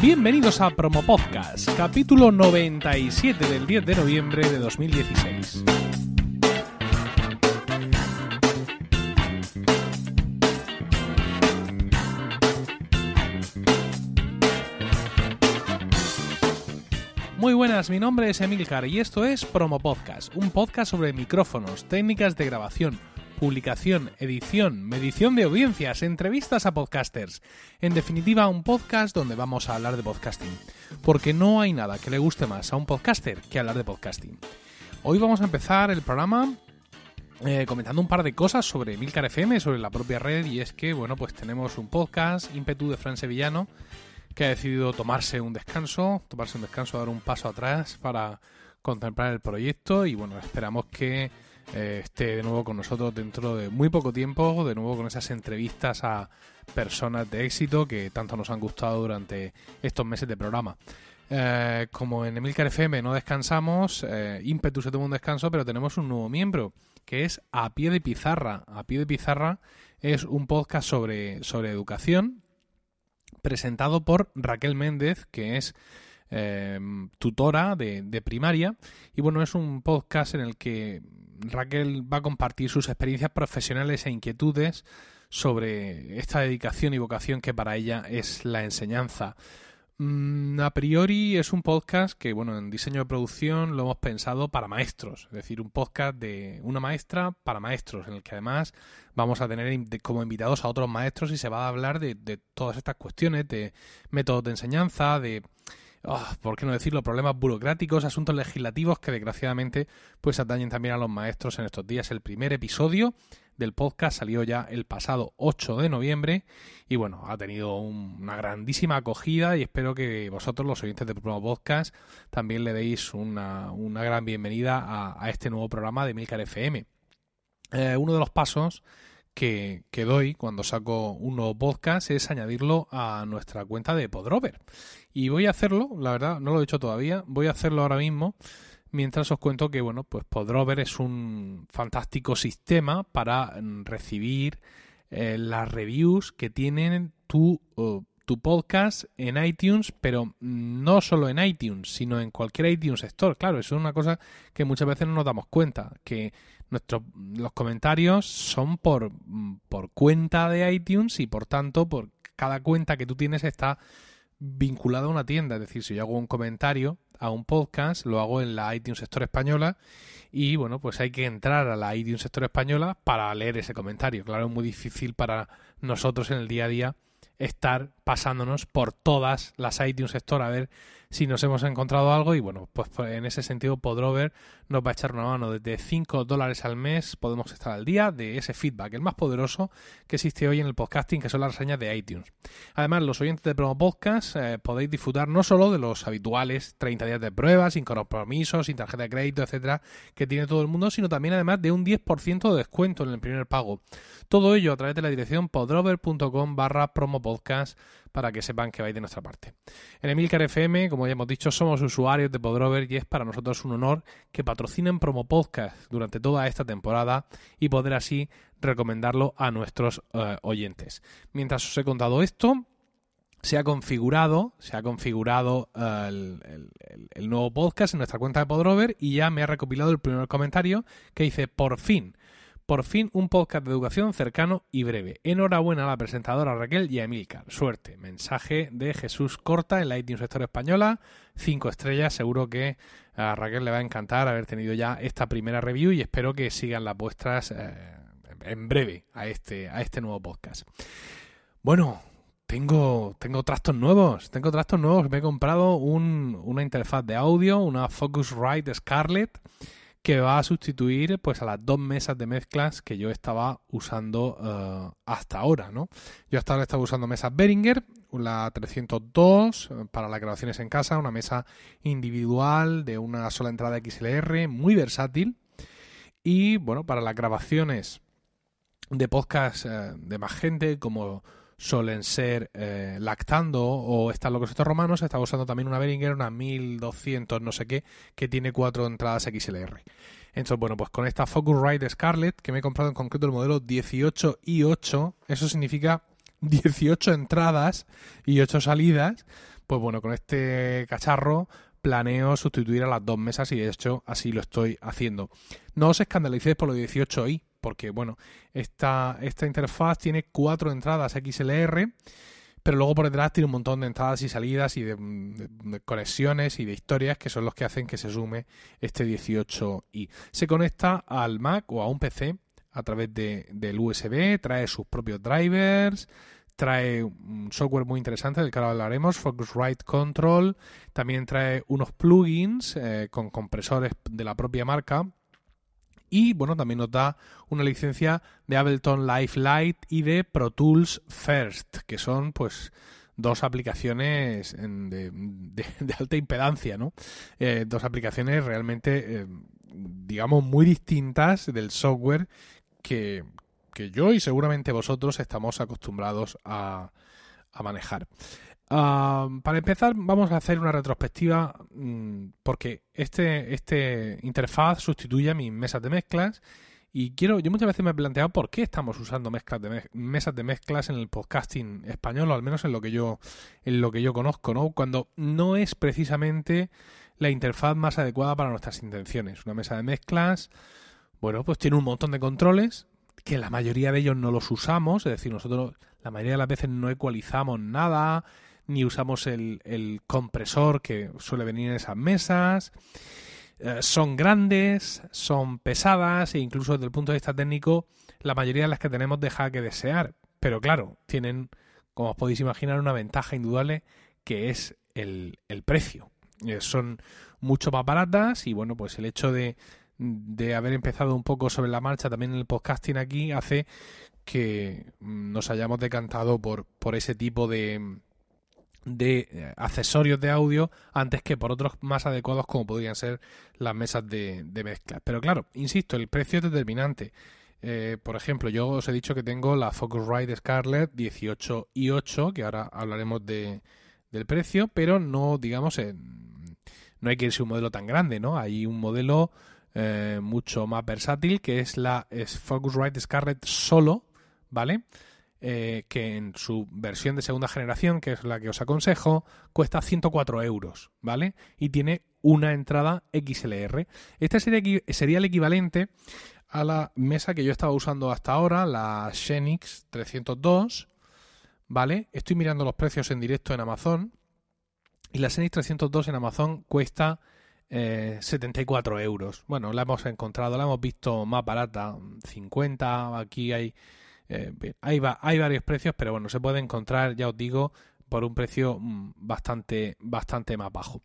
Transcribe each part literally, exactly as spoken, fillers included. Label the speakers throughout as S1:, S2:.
S1: Bienvenidos a Promo Podcast, capítulo noventa y siete del diez de noviembre de dos mil dieciséis. Muy buenas, mi nombre es Emilcar y esto es Promo Podcast, un podcast sobre micrófonos, técnicas de grabación, publicación, edición, medición de audiencias, entrevistas a podcasters. En definitiva, un podcast donde vamos a hablar de podcasting. Porque no hay nada que le guste más a un podcaster que hablar de podcasting. Hoy vamos a empezar el programa eh, comentando un par de cosas sobre Emilcar F M, sobre la propia red, y es que, bueno, pues tenemos un podcast, Ímpetu de Fran Sevillano, que ha decidido tomarse un descanso, tomarse un descanso, dar un paso atrás para contemplar el proyecto y, bueno, esperamos que Eh, esté de nuevo con nosotros dentro de muy poco tiempo, de nuevo con esas entrevistas a personas de éxito que tanto nos han gustado durante estos meses de programa. Eh, como en Emilcar F M no descansamos, eh, Ímpetu se toma un descanso, pero tenemos un nuevo miembro, que es A Pie de Pizarra. A Pie de Pizarra es un podcast sobre, sobre educación, presentado por Raquel Méndez, que es eh, tutora de, de primaria, y bueno, es un podcast en el que Raquel va a compartir sus experiencias profesionales e inquietudes sobre esta dedicación y vocación que para ella es la enseñanza. Mm, a priori es un podcast que, bueno, en diseño de producción lo hemos pensado para maestros, es decir, un podcast de una maestra para maestros, en el que además vamos a tener como invitados a otros maestros y se va a hablar de, de todas estas cuestiones, de métodos de enseñanza, de... Oh, ¿por qué no decirlo? Problemas burocráticos, asuntos legislativos que desgraciadamente pues atañen también a los maestros en estos días. El primer episodio del podcast salió ya el pasado ocho de noviembre y bueno, ha tenido un, una grandísima acogida y espero que vosotros, los oyentes de Promo Podcast, también le deis una, una gran bienvenida a, a este nuevo programa de Emilcar F M. Eh, uno de los pasos Que, que doy cuando saco un nuevo podcast es añadirlo a nuestra cuenta de Podrover. Y voy a hacerlo, la verdad, no lo he hecho todavía, voy a hacerlo ahora mismo, mientras os cuento que, bueno, pues Podrover es un fantástico sistema para recibir eh, las reviews que tienen tu, uh, tu podcast en iTunes, pero no solo en iTunes, sino en cualquier iTunes Store. Claro, eso es una cosa que muchas veces no nos damos cuenta, que Nuestros, los comentarios son por, por cuenta de iTunes y por tanto por cada cuenta que tú tienes está vinculada a una tienda. Es decir, si yo hago un comentario a un podcast, lo hago en la iTunes Store española y bueno, pues hay que entrar a la iTunes Store española para leer ese comentario. Claro, es muy difícil para nosotros en el día a día estar pasándonos por todas las iTunes Store a ver si nos hemos encontrado algo y bueno, pues en ese sentido Podrover nos va a echar una mano. Desde cinco dólares al mes podemos estar al día de ese feedback, el más poderoso que existe hoy en el podcasting, que son las reseñas de iTunes. Además, los oyentes de Promo Podcast eh, podéis disfrutar no solo de los habituales treinta días de prueba, sin compromisos, sin tarjeta de crédito, etcétera, que tiene todo el mundo, sino también además de un diez por ciento de descuento en el primer pago. Todo ello a través de la dirección podrover.com barra promopodcast para que sepan que vais de nuestra parte. En Emilcar F M, como ya hemos dicho, somos usuarios de Podrover y es para nosotros un honor que patrocinen Promo Podcast durante toda esta temporada y poder así recomendarlo a nuestros uh, oyentes. Mientras os he contado esto, se ha configurado, se ha configurado uh, el, el, el nuevo podcast en nuestra cuenta de Podrover y ya me ha recopilado el primer comentario que dice: por fin. Por fin un podcast de educación cercano y breve. Enhorabuena a la presentadora Raquel y a Emilcar. Suerte. Mensaje de Jesús Corta en la iTunes Store española. Cinco estrellas. Seguro que a Raquel le va a encantar haber tenido ya esta primera review y espero que sigan las vuestras eh, en breve a este, a este nuevo podcast. Bueno, tengo, tengo trastos nuevos. Tengo trastos nuevos. Me he comprado un, una interfaz de audio, una Focusrite Scarlett, que va a sustituir pues a las dos mesas de mezclas que yo estaba usando uh, hasta ahora, ¿no? Yo hasta ahora estaba usando mesas Behringer, la trescientos dos para las grabaciones en casa, una mesa individual de una sola entrada X L R, muy versátil. Y bueno, para las grabaciones de podcast uh, de más gente, como suelen ser eh, Lactando o Están locos estos romanos, estaba usando también una Behringer, una mil doscientos no sé qué, que tiene cuatro entradas X L R. Entonces, bueno, pues con esta Focusrite Scarlett, que me he comprado en concreto el modelo dieciocho i ocho, eso significa dieciocho entradas y ocho salidas, Pues bueno, con este cacharro planeo sustituir a las dos mesas y de hecho así lo estoy haciendo. No os escandalicéis por los dieciocho i, porque bueno, esta, esta interfaz tiene cuatro entradas X L R, pero luego por detrás tiene un montón de entradas y salidas y de, de, de conexiones y de historias que son los que hacen que se sume este dieciocho i. Se conecta al Mac o a un P C a través de, del U S B, trae sus propios drivers, trae un software muy interesante del que ahora hablaremos, Focusrite Control, también trae unos plugins eh, con compresores de la propia marca y bueno, también nos da una licencia de Ableton Live Lite y de Pro Tools First, que son pues dos aplicaciones de, de, de alta impedancia, ¿no? Eh, dos aplicaciones realmente, eh, digamos, muy distintas del software que, que yo y seguramente vosotros estamos acostumbrados a, a manejar. Uh, para empezar vamos a hacer una retrospectiva mmm, porque este, este interfaz sustituye a mis mesas de mezclas y quiero, yo muchas veces me he planteado por qué estamos usando mezclas de me- mesas de mezclas en el podcasting español, o al menos en lo que yo en lo que yo conozco, ¿no? Cuando no es precisamente la interfaz más adecuada para nuestras intenciones. Una mesa de mezclas, bueno, pues tiene un montón de controles que la mayoría de ellos no los usamos, es decir, nosotros la mayoría de las veces no ecualizamos nada, ni usamos el, el compresor que suele venir en esas mesas. Eh, son grandes, son pesadas e incluso desde el punto de vista técnico la mayoría de las que tenemos deja que desear. Pero claro, tienen, como os podéis imaginar, una ventaja indudable que es el, el precio. Eh, son mucho más baratas y bueno, pues el hecho de, de haber empezado un poco sobre la marcha también en el podcasting aquí hace que nos hayamos decantado por, por ese tipo de... de accesorios de audio antes que por otros más adecuados como podrían ser las mesas de, de mezcla. Pero claro, insisto, el precio es determinante. Eh, por ejemplo, yo os he dicho que tengo la Focusrite Scarlett dieciocho i ocho, que ahora hablaremos de, del precio, pero no, digamos, eh, no hay que irse a un modelo tan grande, ¿no? Hay un modelo eh, mucho más versátil que es la es Focusrite Scarlett Solo, ¿vale? Eh, que en su versión de segunda generación, que es la que os aconsejo, cuesta ciento cuatro euros, ¿vale? Y tiene una entrada X L R. Este sería, sería el equivalente a la mesa que yo estaba usando hasta ahora, la Xenix trescientos dos, ¿vale? Estoy mirando los precios en directo en Amazon y la Xenix trescientos dos en Amazon cuesta eh, setenta y cuatro euros. Bueno, la hemos encontrado, la hemos visto más barata, cincuenta, aquí hay... Eh, hay, va, hay varios precios, pero bueno, se puede encontrar, ya os digo, por un precio mmm, bastante, bastante más bajo.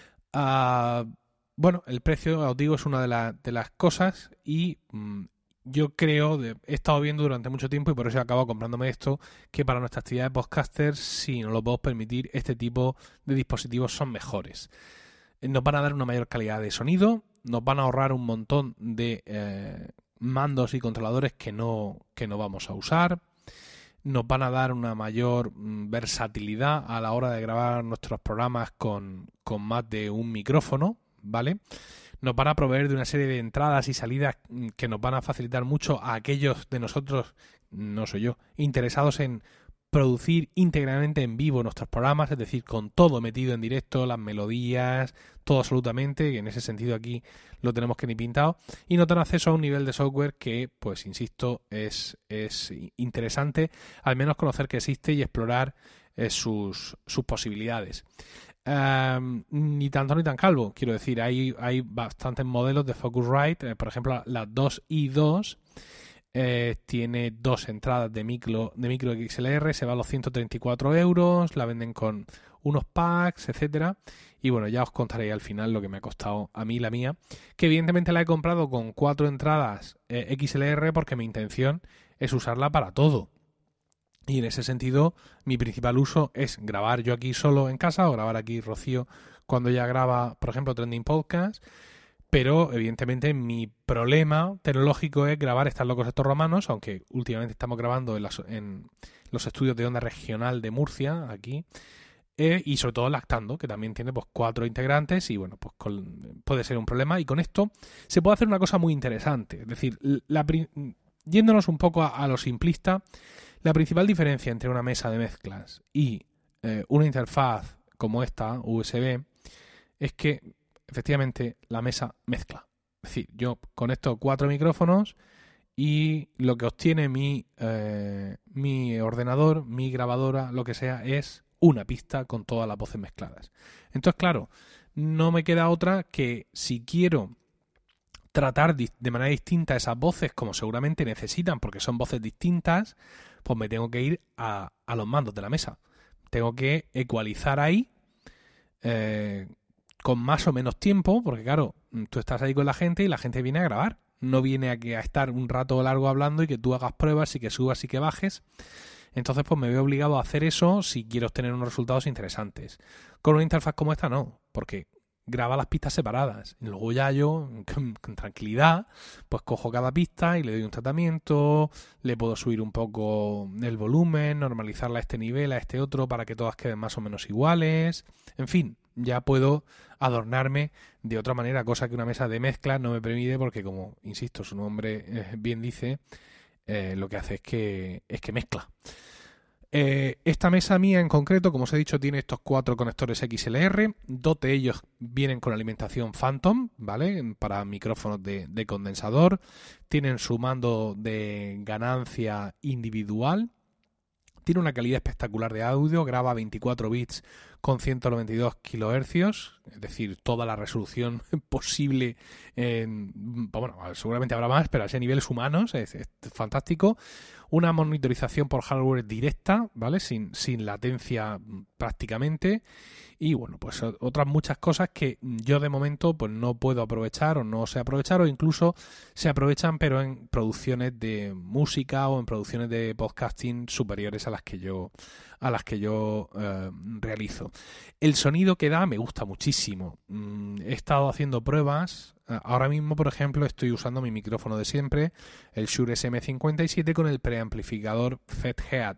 S1: Uh, bueno, el precio, os digo, es una de, la, de las cosas y mmm, yo creo, de, he estado viendo durante mucho tiempo y por eso he acabado comprándome esto, que para nuestra actividad de podcasters, si nos lo podemos permitir, este tipo de dispositivos son mejores. Nos van a dar una mayor calidad de sonido, nos van a ahorrar un montón de... Eh, mandos y controladores que no, que no vamos a usar, nos van a dar una mayor mm, versatilidad a la hora de grabar nuestros programas con, con más de un micrófono, ¿vale? Nos van a proveer de una serie de entradas y salidas que nos van a facilitar mucho a aquellos de nosotros, no soy yo, interesados en producir íntegramente en vivo nuestros programas, es decir, con todo metido en directo, las melodías, todo absolutamente, y en ese sentido aquí lo tenemos que ni pintado, y nos dan acceso a un nivel de software que, pues insisto, es, es interesante, al menos conocer que existe y explorar eh, sus, sus posibilidades. Um, ni tanto ni tan calvo, quiero decir, hay, hay bastantes modelos de Focusrite, eh, por ejemplo, la dos i dos, Eh, tiene dos entradas de micro, de micro X L R, se va a los ciento treinta y cuatro euros, la venden con unos packs, etcétera. Y bueno, ya os contaré al final lo que me ha costado a mí la mía, que evidentemente la he comprado con cuatro entradas eh, X L R porque mi intención es usarla para todo. Y en ese sentido, mi principal uso es grabar yo aquí solo en casa o grabar aquí Rocío cuando ella graba, por ejemplo, Trending Podcast. Pero, evidentemente, mi problema tecnológico es grabar Están locos estos romanos, aunque últimamente estamos grabando en, las, en los estudios de onda regional de Murcia, aquí, eh, y sobre todo Lactando, que también tiene pues cuatro integrantes y, bueno, pues con, puede ser un problema. Y con esto se puede hacer una cosa muy interesante. Es decir, la, yéndonos un poco a, a lo simplista, la principal diferencia entre una mesa de mezclas y eh, una interfaz como esta, U S B, es que efectivamente la mesa mezcla. Es decir, yo conecto cuatro micrófonos y lo que obtiene mi, eh, mi ordenador, mi grabadora, lo que sea, es una pista con todas las voces mezcladas. Entonces, claro, no me queda otra que si quiero tratar de manera distinta esas voces, como seguramente necesitan, porque son voces distintas, pues me tengo que ir a, a los mandos de la mesa. Tengo que ecualizar ahí eh, con más o menos tiempo, porque claro, tú estás ahí con la gente y la gente viene a grabar. No viene a, que, a estar un rato largo hablando y que tú hagas pruebas y que subas y que bajes. Entonces pues me veo obligado a hacer eso si quiero obtener unos resultados interesantes. Con una interfaz como esta no, porque graba las pistas separadas. Y luego ya yo, con, con tranquilidad, pues cojo cada pista y le doy un tratamiento, le puedo subir un poco el volumen, normalizarla a este nivel, a este otro, para que todas queden más o menos iguales. En fin, ya puedo adornarme de otra manera, cosa que una mesa de mezcla no me permite porque, como insisto, su nombre eh, bien dice, eh, lo que hace es que, es que mezcla. Eh, esta mesa mía en concreto, como os he dicho, tiene estos cuatro conectores X L R. Dos de ellos vienen con alimentación Phantom, ¿vale? Para micrófonos de, de condensador. Tienen su mando de ganancia individual. Tiene una calidad espectacular de audio, graba veinticuatro bits con ciento noventa y dos kilohercios, es decir, toda la resolución posible. En, bueno, seguramente habrá más, pero a ese niveles humanos es, es fantástico. Una monitorización por hardware directa, ¿vale? Sin, sin latencia prácticamente. Y bueno, pues otras muchas cosas que yo de momento pues no puedo aprovechar o no sé aprovechar, o incluso se aprovechan pero en producciones de música o en producciones de podcasting superiores a las que yo a las que yo eh, realizo. El sonido que da me gusta muchísimo. Mm, he estado haciendo pruebas. Ahora mismo, por ejemplo, estoy usando mi micrófono de siempre, el Shure S M cincuenta y siete, con el preamplificador Fathead.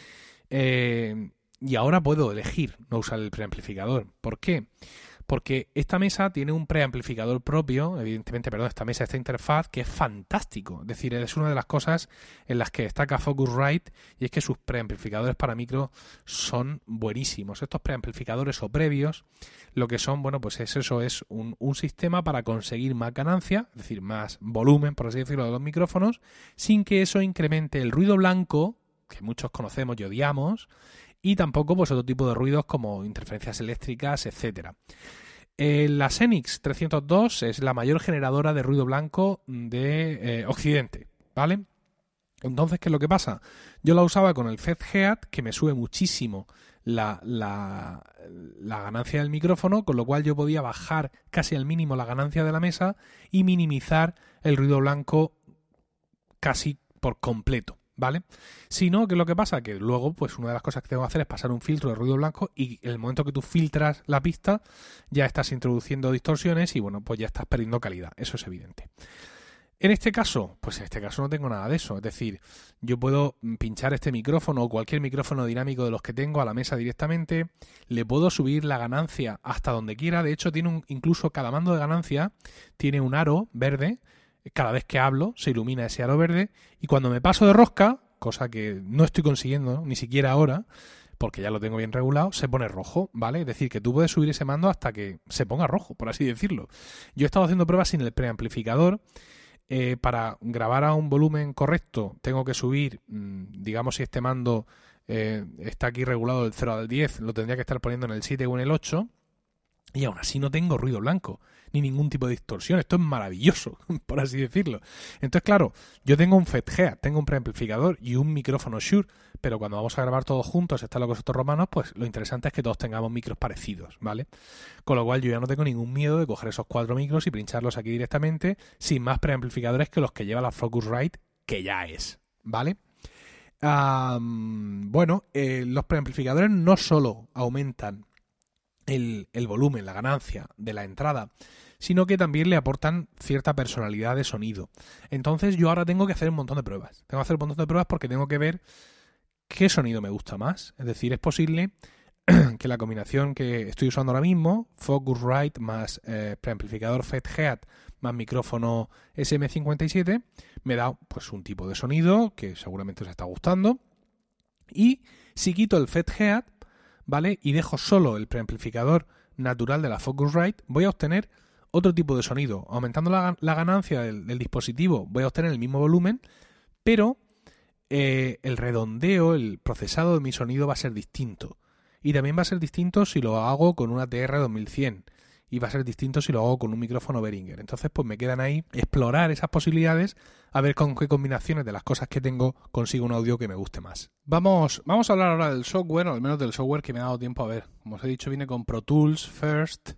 S1: Eh, y ahora puedo elegir no usar el preamplificador. ¿Por qué? Porque esta mesa tiene un preamplificador propio, evidentemente, perdón, esta mesa, esta interfaz, que es fantástico. Es decir, es una de las cosas en las que destaca Focusrite, y es que sus preamplificadores para micro son buenísimos. Estos preamplificadores o previos, lo que son, bueno, pues es eso, es un, un sistema para conseguir más ganancia, es decir, más volumen, por así decirlo, de los micrófonos, sin que eso incremente el ruido blanco, que muchos conocemos y odiamos, y tampoco pues otro tipo de ruidos como interferencias eléctricas, etcétera. Eh, la Xenix trescientos dos es la mayor generadora de ruido blanco de eh, Occidente, ¿vale? Entonces, ¿qué es lo que pasa? Yo la usaba con el Fathead, que me sube muchísimo la, la, la ganancia del micrófono, con lo cual yo podía bajar casi al mínimo la ganancia de la mesa y minimizar el ruido blanco casi por completo, ¿vale? Si no, ¿qué es lo que pasa? Que luego, pues una de las cosas que tengo que hacer es pasar un filtro de ruido blanco, y en el momento que tú filtras la pista ya estás introduciendo distorsiones y bueno, pues ya estás perdiendo calidad, eso es evidente. En este caso, pues en este caso no tengo nada de eso, es decir, yo puedo pinchar este micrófono o cualquier micrófono dinámico de los que tengo a la mesa directamente, le puedo subir la ganancia hasta donde quiera. De hecho, tiene un, incluso cada mando de ganancia tiene un aro verde. Cada vez que hablo se ilumina ese aro verde, y cuando me paso de rosca, cosa que no estoy consiguiendo ni siquiera ahora, porque ya lo tengo bien regulado, se pone rojo, ¿vale? Es decir, que tú puedes subir ese mando hasta que se ponga rojo, por así decirlo. Yo he estado haciendo pruebas sin el preamplificador. Eh, para grabar a un volumen correcto tengo que subir, digamos, si este mando eh, está aquí regulado del cero al diez, lo tendría que estar poniendo en el siete o en el ocho, y aún así no tengo ruido blanco ni ningún tipo de distorsión. Esto es maravilloso, por así decirlo. Entonces, claro, yo tengo un Fathead, tengo un preamplificador y un micrófono Shure, pero cuando vamos a grabar todos juntos, están los otros romanos, pues lo interesante es que todos tengamos micros parecidos, ¿vale? Con lo cual yo ya no tengo ningún miedo de coger esos cuatro micros y pincharlos aquí directamente, sin más preamplificadores que los que lleva la Focusrite, que ya es, ¿vale? Um, bueno, eh, los preamplificadores no solo aumentan El, el volumen, la ganancia de la entrada, sino que también le aportan cierta personalidad de sonido. Entonces yo ahora tengo que hacer un montón de pruebas. Tengo que hacer un montón de pruebas porque tengo que ver qué sonido me gusta más. Es decir, es posible que la combinación que estoy usando ahora mismo, Focusrite más eh, preamplificador Fathead más micrófono S M cincuenta y siete, me da pues un tipo de sonido que seguramente os está gustando. Y si quito el Fathead, ¿vale? Y dejo solo el preamplificador natural de la Focusrite, voy a obtener otro tipo de sonido. Aumentando la, la ganancia del, del dispositivo, voy a obtener el mismo volumen, pero eh, el redondeo, el procesado de mi sonido va a ser distinto. Y también va a ser distinto si lo hago con una T R dos mil cien. Y va a ser distinto si lo hago con un micrófono Behringer. Entonces, pues me quedan ahí explorar esas posibilidades, a ver con qué combinaciones de las cosas que tengo consigo un audio que me guste más. Vamos, vamos a hablar ahora del software, o al menos del software que me ha dado tiempo a ver. Como os he dicho, viene con Pro Tools First,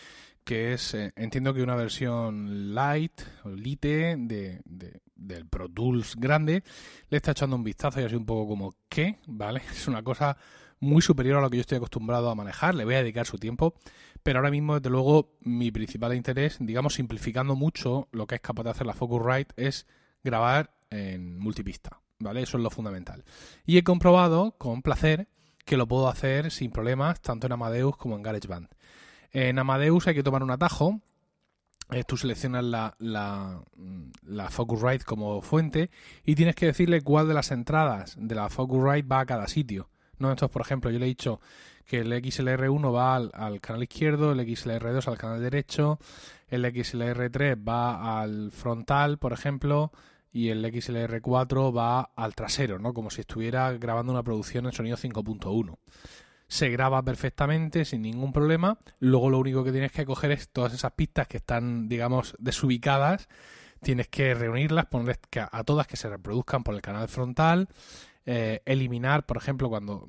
S1: que es, eh, entiendo que una versión light o lite de, de, del Pro Tools grande. Le está echando un vistazo y así un poco como, ¿qué? ¿Vale? Es una cosa muy superior a lo que yo estoy acostumbrado a manejar. Le voy a dedicar su tiempo, pero ahora mismo, desde luego, mi principal interés, digamos, simplificando mucho lo que es capaz de hacer la Focusrite, es grabar en multipista, ¿vale? Eso es lo fundamental. Y he comprobado con placer que lo puedo hacer sin problemas, tanto en Amadeus como en GarageBand. En Amadeus hay que tomar un atajo. Eh, tú seleccionas la, la, la Focusrite como fuente y tienes que decirle cuál de las entradas de la Focusrite va a cada sitio, ¿no? Entonces, por ejemplo, yo le he dicho que el X L R uno va al, al canal izquierdo, el X L R dos al canal derecho, el X L R tres va al frontal, por ejemplo, y el X L R cuatro va al trasero, ¿no? Como si estuviera grabando una producción en sonido cinco punto uno. Se graba perfectamente, sin ningún problema. Luego lo único que tienes que coger es todas esas pistas que están, digamos, desubicadas. Tienes que reunirlas, ponerles a todas que se reproduzcan por el canal frontal. Eh, eliminar, por ejemplo, cuando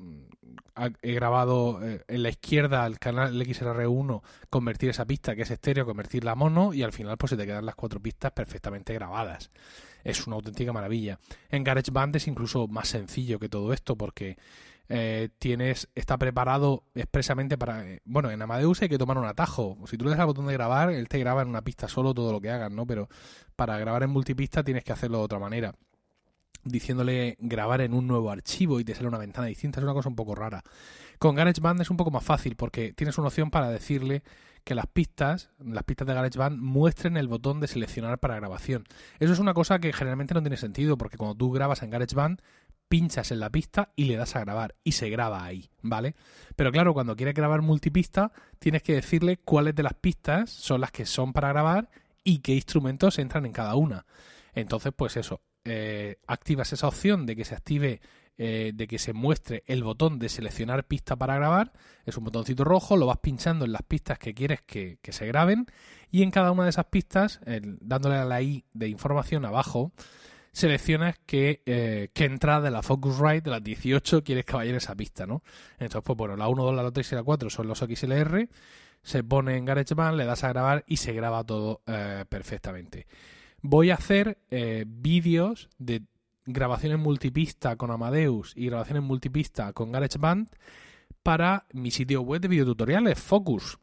S1: he grabado eh, en la izquierda el canal el X L R uno, convertir esa pista que es estéreo, convertirla a mono, y al final pues se te quedan las cuatro pistas perfectamente grabadas. Es una auténtica maravilla. En GarageBand es incluso más sencillo que todo esto, porque eh, tienes está preparado expresamente para... Eh, bueno, en Amadeus hay que tomar un atajo. Si tú le das al botón de grabar, él te graba en una pista solo todo lo que hagas, ¿no? Pero para grabar en multipista tienes que hacerlo de otra manera, diciéndole grabar en un nuevo archivo y te sale una ventana distinta. Es una cosa un poco rara. Con GarageBand es un poco más fácil porque tienes una opción para decirle que las pistas, las pistas de GarageBand muestren el botón de seleccionar para grabación. Eso es una cosa que generalmente no tiene sentido, porque cuando tú grabas en GarageBand pinchas en la pista y le das a grabar y se graba ahí, ¿vale? Pero claro, cuando quieres grabar multipista tienes que decirle cuáles de las pistas son las que son para grabar y qué instrumentos entran en cada una. Entonces, pues eso, eh, activas esa opción de que se active, eh, de que se muestre el botón de seleccionar pista para grabar. Es un botoncito rojo, lo vas pinchando en las pistas que quieres que, que se graben, y en cada una de esas pistas, eh, dándole a la I de información abajo, seleccionas qué, eh, qué entrada de la Focusrite de las dieciocho quieres que vaya en esa pista, ¿no? Entonces, pues bueno, la uno, dos, la tres y la cuatro son los X L R, se pone en GarageBand, le das a grabar y se graba todo eh, perfectamente. Voy a hacer eh, vídeos de grabaciones multipista con Amadeus y grabaciones multipista con GarageBand para mi sitio web de videotutoriales, Focus.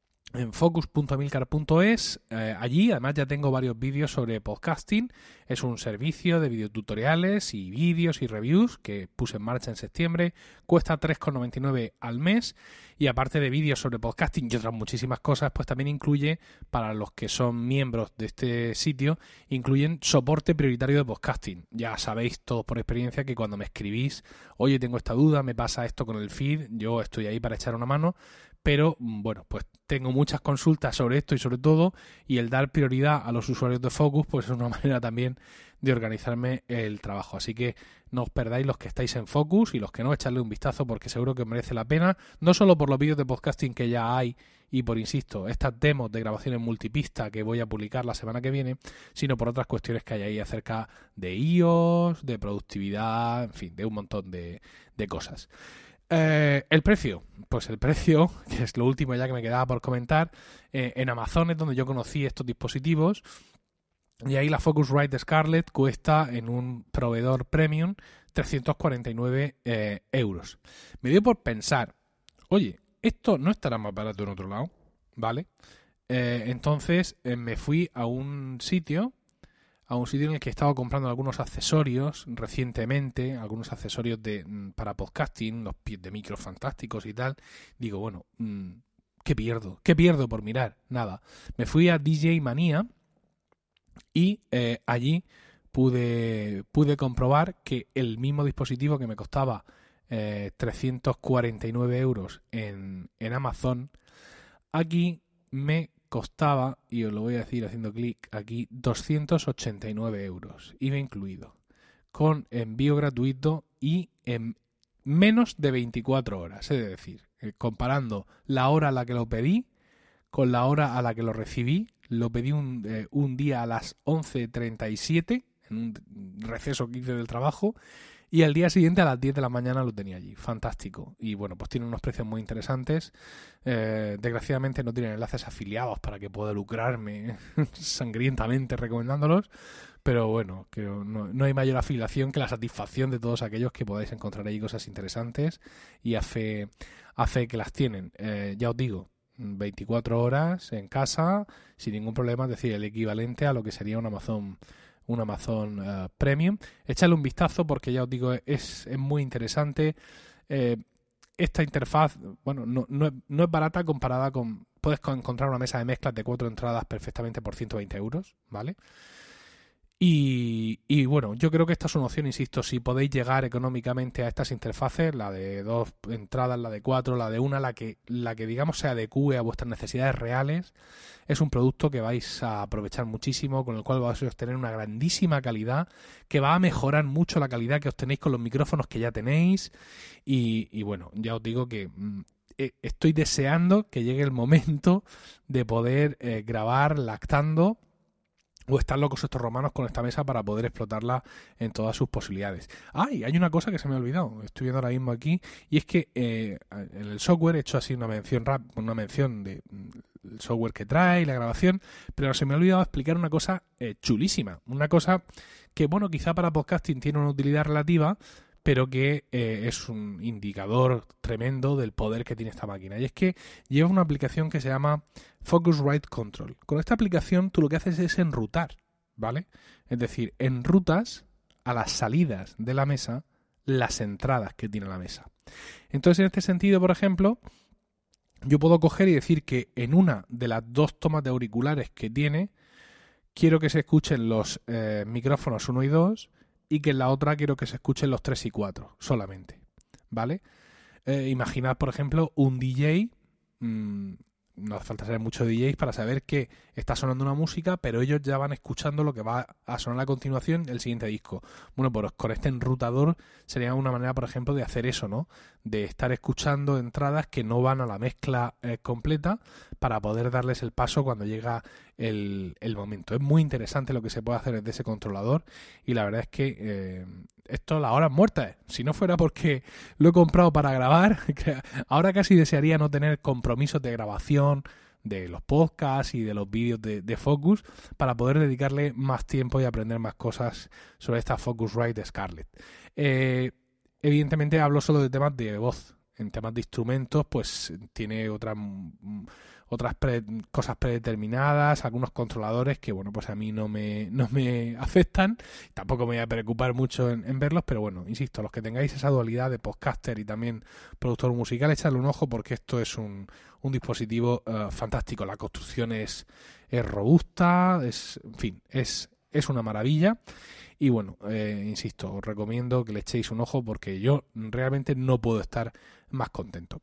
S1: En focus punto emilcar punto es, eh, allí además ya tengo varios vídeos sobre podcasting. Es un servicio de videotutoriales y vídeos y reviews que puse en marcha en septiembre. Cuesta tres con noventa y nueve al mes, y aparte de vídeos sobre podcasting y otras muchísimas cosas, pues también incluye, para los que son miembros de este sitio, incluyen soporte prioritario de podcasting. Ya sabéis todos por experiencia que cuando me escribís, oye, tengo esta duda, me pasa esto con el feed, yo estoy ahí para echar una mano. Pero, bueno, pues tengo muchas consultas sobre esto y sobre todo, y el dar prioridad a los usuarios de Focus, pues es una manera también de organizarme el trabajo. Así que no os perdáis los que estáis en Focus, y los que no, echarle un vistazo porque seguro que merece la pena, no solo por los vídeos de podcasting que ya hay y por, insisto, estas demos de grabaciones multipista que voy a publicar la semana que viene, sino por otras cuestiones que hay ahí acerca de I O S, de productividad, en fin, de un montón de, de cosas. Eh, el precio, pues el precio, que es lo último ya que me quedaba por comentar, eh, en Amazon es donde yo conocí estos dispositivos, y ahí la Focusrite Scarlett cuesta en un proveedor premium trescientos cuarenta y nueve eh, euros. Me dio por pensar, oye, esto no estará más barato en otro lado, ¿vale? Eh, entonces eh, me fui a un sitio a un sitio en el que he estado comprando algunos accesorios recientemente, algunos accesorios de para podcasting, los pies de micros fantásticos y tal. Digo, bueno, ¿qué pierdo? ¿Qué pierdo por mirar? Nada. Me fui a D J Manía y eh, allí pude, pude comprobar que el mismo dispositivo que me costaba eh, trescientos cuarenta y nueve euros en, en Amazon, aquí me costaba, y os lo voy a decir haciendo clic aquí, doscientos ochenta y nueve euros, I V A incluido, con envío gratuito y en menos de veinticuatro horas. Es decir, eh, comparando la hora a la que lo pedí con la hora a la que lo recibí, lo pedí un, eh, un día a las once treinta y siete, en un receso que hice del trabajo, y al día siguiente a las diez de la mañana lo tenía allí. Fantástico. Y bueno, pues tiene unos precios muy interesantes. Eh, desgraciadamente no tienen enlaces afiliados para que pueda lucrarme sangrientamente recomendándolos. Pero bueno, creo no, no hay mayor afiliación que la satisfacción de todos aquellos que podáis encontrar ahí cosas interesantes y a fe, a fe que las tienen. Eh, ya os digo, veinticuatro horas en casa sin ningún problema, es decir, el equivalente a lo que sería un Amazon un Amazon uh, Premium. Echadle un vistazo porque ya os digo, es, es muy interesante. Eh, esta interfaz, bueno, no, no, es, no es barata comparada con... Puedes encontrar una mesa de mezclas de cuatro entradas perfectamente por ciento veinte euros, ¿vale? Y, y bueno, yo creo que esta es una opción, insisto, si podéis llegar económicamente a estas interfaces, la de dos entradas, la de cuatro, la de una, la que, la que digamos se adecúe a vuestras necesidades reales, es un producto que vais a aprovechar muchísimo, con el cual vais a obtener una grandísima calidad, que va a mejorar mucho la calidad que obtenéis con los micrófonos que ya tenéis, y, y bueno, ya os digo que mmm, estoy deseando que llegue el momento de poder eh, grabar lactando, o están locos estos romanos con esta mesa para poder explotarla en todas sus posibilidades. ¡Ay! Hay una cosa que se me ha olvidado. Estoy viendo ahora mismo aquí. Y es que eh, en el software he hecho así una mención rap, una mención de el software que trae, la grabación, pero se me ha olvidado explicar una cosa eh, chulísima. Una cosa que, bueno, quizá para podcasting tiene una utilidad relativa, pero que eh, es un indicador tremendo del poder que tiene esta máquina. Y es que lleva una aplicación que se llama Focusrite Control. Con esta aplicación tú lo que haces es enrutar, ¿vale? Es decir, enrutas a las salidas de la mesa las entradas que tiene la mesa. Entonces, en este sentido, por ejemplo, yo puedo coger y decir que en una de las dos tomas de auriculares que tiene, quiero que se escuchen los eh, micrófonos uno y dos, y que en la otra quiero que se escuchen los tres y cuatro solamente, ¿vale? Eh, imaginad, por ejemplo, un D J, mmm, no hace falta saber mucho de D Js para saber que está sonando una música, pero ellos ya van escuchando lo que va a sonar a continuación el siguiente disco. Bueno, pues con este enrutador sería una manera, por ejemplo, de hacer eso, ¿no? De estar escuchando entradas que no van a la mezcla eh, completa para poder darles el paso cuando llega el, el momento. Es muy interesante lo que se puede hacer desde ese controlador y la verdad es que eh, esto las horas muertas, si no fuera porque lo he comprado para grabar, que ahora casi desearía no tener compromisos de grabación de los podcasts y de los vídeos de, de Focus para poder dedicarle más tiempo y aprender más cosas sobre esta Focusrite Scarlett. Eh, evidentemente hablo solo de temas de voz. En temas de instrumentos, pues tiene otras otras pre, cosas predeterminadas, algunos controladores que, bueno, pues a mí no me, no me afectan. Tampoco me voy a preocupar mucho en, en verlos, pero bueno, insisto, los que tengáis esa dualidad de podcaster y también productor musical, echadle un ojo porque esto es un, un dispositivo uh, fantástico. La construcción es, es robusta, es, en fin, es, es una maravilla. Y bueno, eh, insisto, os recomiendo que le echéis un ojo porque yo realmente no puedo estar más contento.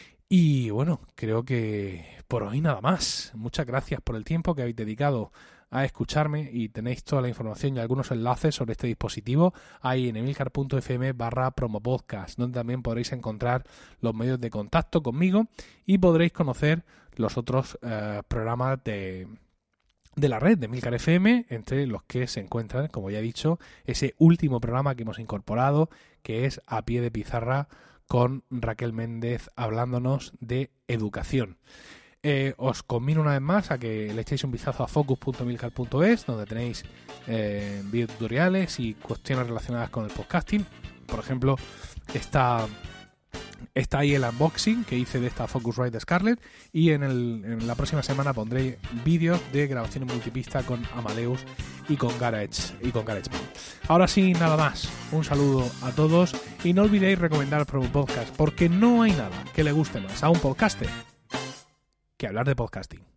S1: Y bueno, creo que por hoy nada más. Muchas gracias por el tiempo que habéis dedicado a escucharme y tenéis toda la información y algunos enlaces sobre este dispositivo ahí en emilcar.fm barra promopodcast, donde también podréis encontrar los medios de contacto conmigo y podréis conocer los otros eh, programas de... de la red de Emilcar F M, entre los que se encuentran, como ya he dicho, ese último programa que hemos incorporado, que es A Pie de Pizarra, con Raquel Méndez hablándonos de educación. Eh, os convino una vez más a que le echéis un vistazo a focus punto emilcar punto es, donde tenéis eh, videotutoriales y cuestiones relacionadas con el podcasting. Por ejemplo, está... Está ahí el unboxing que hice de esta Focusrite Scarlett y en, el, en la próxima semana pondré vídeos de grabación en multipista con Amadeus y con Garage y con GarageBand. Ahora sí, nada más. Un saludo a todos y no olvidéis recomendar el Promo Podcast porque no hay nada que le guste más a un podcaster que hablar de podcasting.